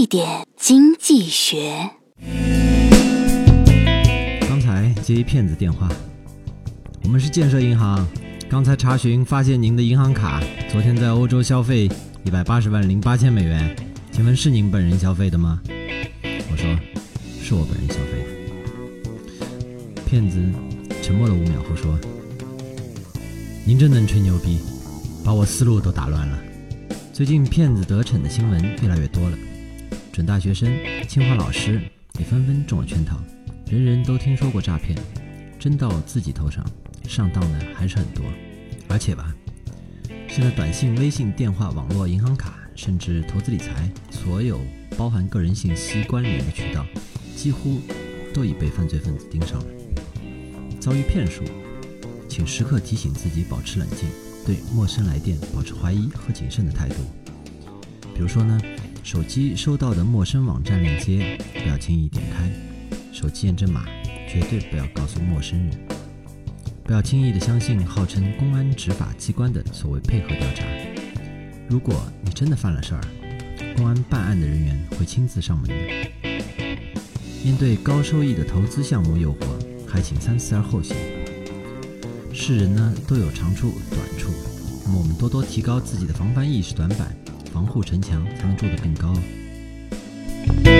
点经济学。 刚才接一骗子电话，我们是建设银行，刚才查询发现您的银行卡昨天在欧洲消费180万零8千美元，请问是您本人消费的吗？我说是我本人消费的。骗子沉默了5秒后说，您真能吹牛逼，把我思路都打乱了。最近骗子得逞的新闻越来越多了，准大学生、清华老师也纷纷中了圈套，人人都听说过诈骗，真到自己头上，上当的还是很多。而且吧，现在短信、微信、电话、网络、银行卡，甚至投资理财，所有包含个人信息关联的渠道，几乎都已被犯罪分子盯上了。遭遇骗术，请时刻提醒自己保持冷静，对陌生来电保持怀疑和谨慎的态度。比如说呢，手机收到的陌生网站链接不要轻易点开，手机验证码绝对不要告诉陌生人，不要轻易的相信号称公安执法机关的所谓配合调查。如果你真的犯了事儿，公安办案的人员会亲自上门的。面对高收益的投资项目诱惑，还请三思而后行。世人呢都有长处短处，那么我们多多提高自己的防范意识短板，防护城墙才能筑得更高。